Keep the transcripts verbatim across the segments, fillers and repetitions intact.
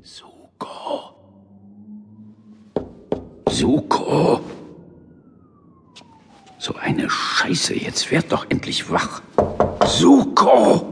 Suko. Suko. So eine Scheiße, jetzt werd doch endlich wach. Suko!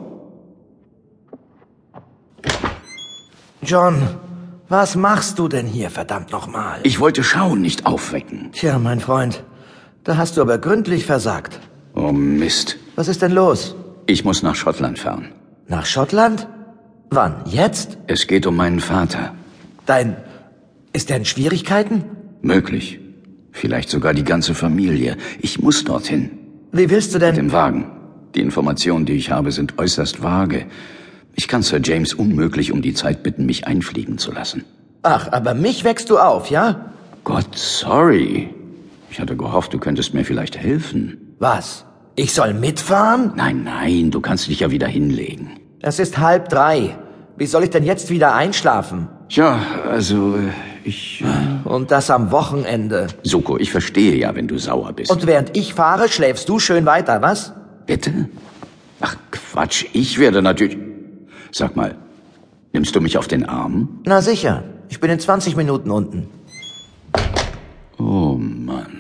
John, was machst du denn hier, verdammt nochmal? Ich wollte schauen, nicht aufwecken. Tja, mein Freund, da hast du aber gründlich versagt. Oh Mist. Was ist denn los? Ich muss nach Schottland fahren. Nach Schottland? Wann? Jetzt? Es geht um meinen Vater. Dein... Ist der in Schwierigkeiten? Möglich. Vielleicht sogar die ganze Familie. Ich muss dorthin. Wie willst du denn... Mit dem Wagen. Die Informationen, die ich habe, sind äußerst vage. Ich kann Sir James unmöglich um die Zeit bitten, mich einfliegen zu lassen. Ach, aber mich weckst du auf, ja? Gott, sorry. Ich hatte gehofft, du könntest mir vielleicht helfen. Was? Ich soll mitfahren? Nein, nein, du kannst dich ja wieder hinlegen. Es ist halb drei. Wie soll ich denn jetzt wieder einschlafen? Tja, also, ich... Und das am Wochenende. Suko, ich verstehe ja, wenn du sauer bist. Und während ich fahre, schläfst du schön weiter, was? Bitte? Ach, Quatsch, ich werde natürlich... Sag mal, nimmst du mich auf den Arm? Na sicher, ich bin in zwanzig Minuten unten. Oh Mann.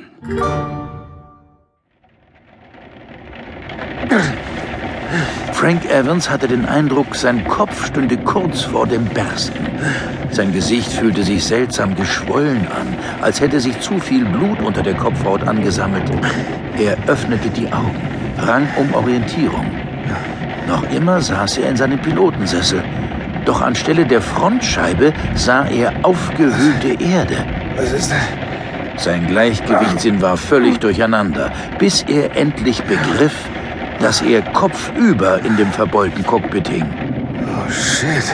Frank Evans hatte den Eindruck, sein Kopf stünde kurz vor dem Bersten. Sein Gesicht fühlte sich seltsam geschwollen an, als hätte sich zu viel Blut unter der Kopfhaut angesammelt. Er öffnete die Augen, rang um Orientierung. Noch immer saß er in seinem Pilotensessel. Doch anstelle der Frontscheibe sah er aufgewühlte Erde. Was ist das? Sein Gleichgewichtssinn war völlig durcheinander, bis er endlich begriff, dass er kopfüber in dem verbeulten Cockpit hing. Oh, shit.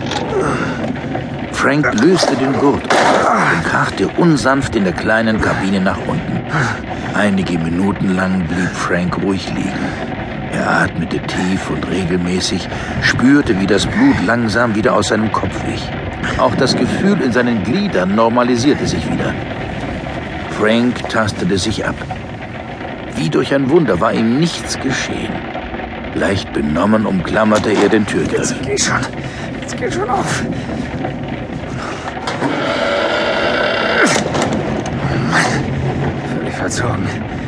Frank löste den Gurt und krachte unsanft in der kleinen Kabine nach unten. Einige Minuten lang blieb Frank ruhig liegen. Er atmete tief und regelmäßig, spürte, wie das Blut langsam wieder aus seinem Kopf wich. Auch das Gefühl in seinen Gliedern normalisierte sich wieder. Frank tastete sich ab. Wie durch ein Wunder war ihm nichts geschehen. Leicht benommen umklammerte er den Türgriff. Jetzt geht schon. Jetzt geht schon auf. Völlig verzogen.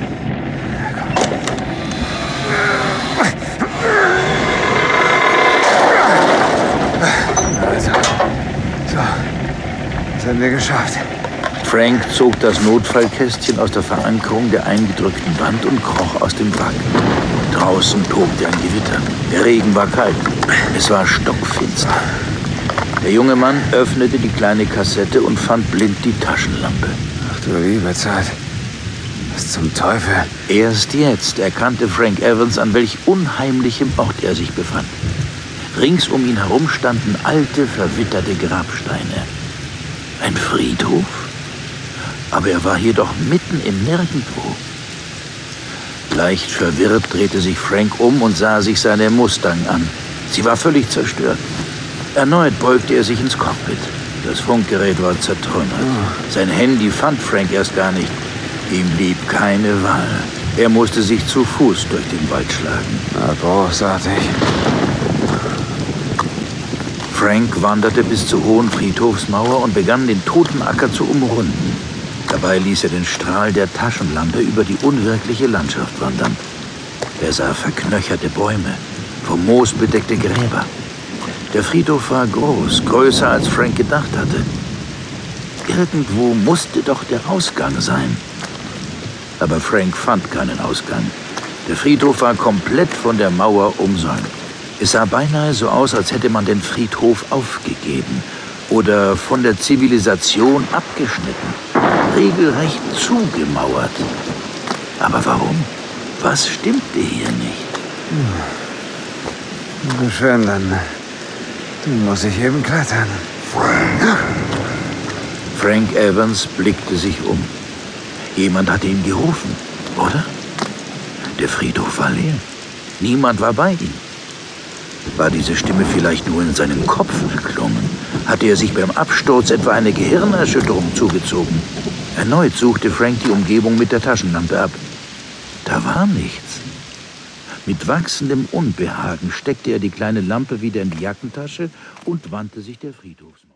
Also, so. Das haben wir geschafft. Frank zog das Notfallkästchen aus der Verankerung der eingedrückten Wand und kroch aus dem Wagen. Draußen tobte ein Gewitter. Der Regen war kalt. Es war stockfinster. Der junge Mann öffnete die kleine Kassette und fand blind die Taschenlampe. Ach du liebe Zeit. Was zum Teufel? Erst jetzt erkannte Frank Evans, an welch unheimlichem Ort er sich befand. Rings um ihn herum standen alte, verwitterte Grabsteine. Ein Friedhof? Aber er war hier doch mitten im Nirgendwo. Leicht verwirrt drehte sich Frank um und sah sich seine Mustang an. Sie war völlig zerstört. Erneut beugte er sich ins Cockpit. Das Funkgerät war zertrümmert. Sein Handy fand Frank erst gar nicht. Ihm blieb keine Wahl. Er musste sich zu Fuß durch den Wald schlagen. Na, großartig. Frank wanderte bis zur hohen Friedhofsmauer und begann, den toten Acker zu umrunden. Dabei ließ er den Strahl der Taschenlampe über die unwirkliche Landschaft wandern. Er sah verknöcherte Bäume, vom Moos bedeckte Gräber. Der Friedhof war groß, größer als Frank gedacht hatte. Irgendwo musste doch der Ausgang sein. Aber Frank fand keinen Ausgang. Der Friedhof war komplett von der Mauer umsäumt. Es sah beinahe so aus, als hätte man den Friedhof aufgegeben oder von der Zivilisation abgeschnitten, regelrecht zugemauert. Aber warum? Was stimmte hier nicht? Na schön, dann, dann muss ich eben klettern. Frank. Frank Evans blickte sich um. Jemand hatte ihn gerufen, oder? Der Friedhof war leer. Niemand war bei ihm. War diese Stimme vielleicht nur in seinem Kopf erklungen? Hatte er sich beim Absturz etwa eine Gehirnerschütterung zugezogen? Erneut suchte Frank die Umgebung mit der Taschenlampe ab. Da war nichts. Mit wachsendem Unbehagen steckte er die kleine Lampe wieder in die Jackentasche und wandte sich der Friedhofsmauer.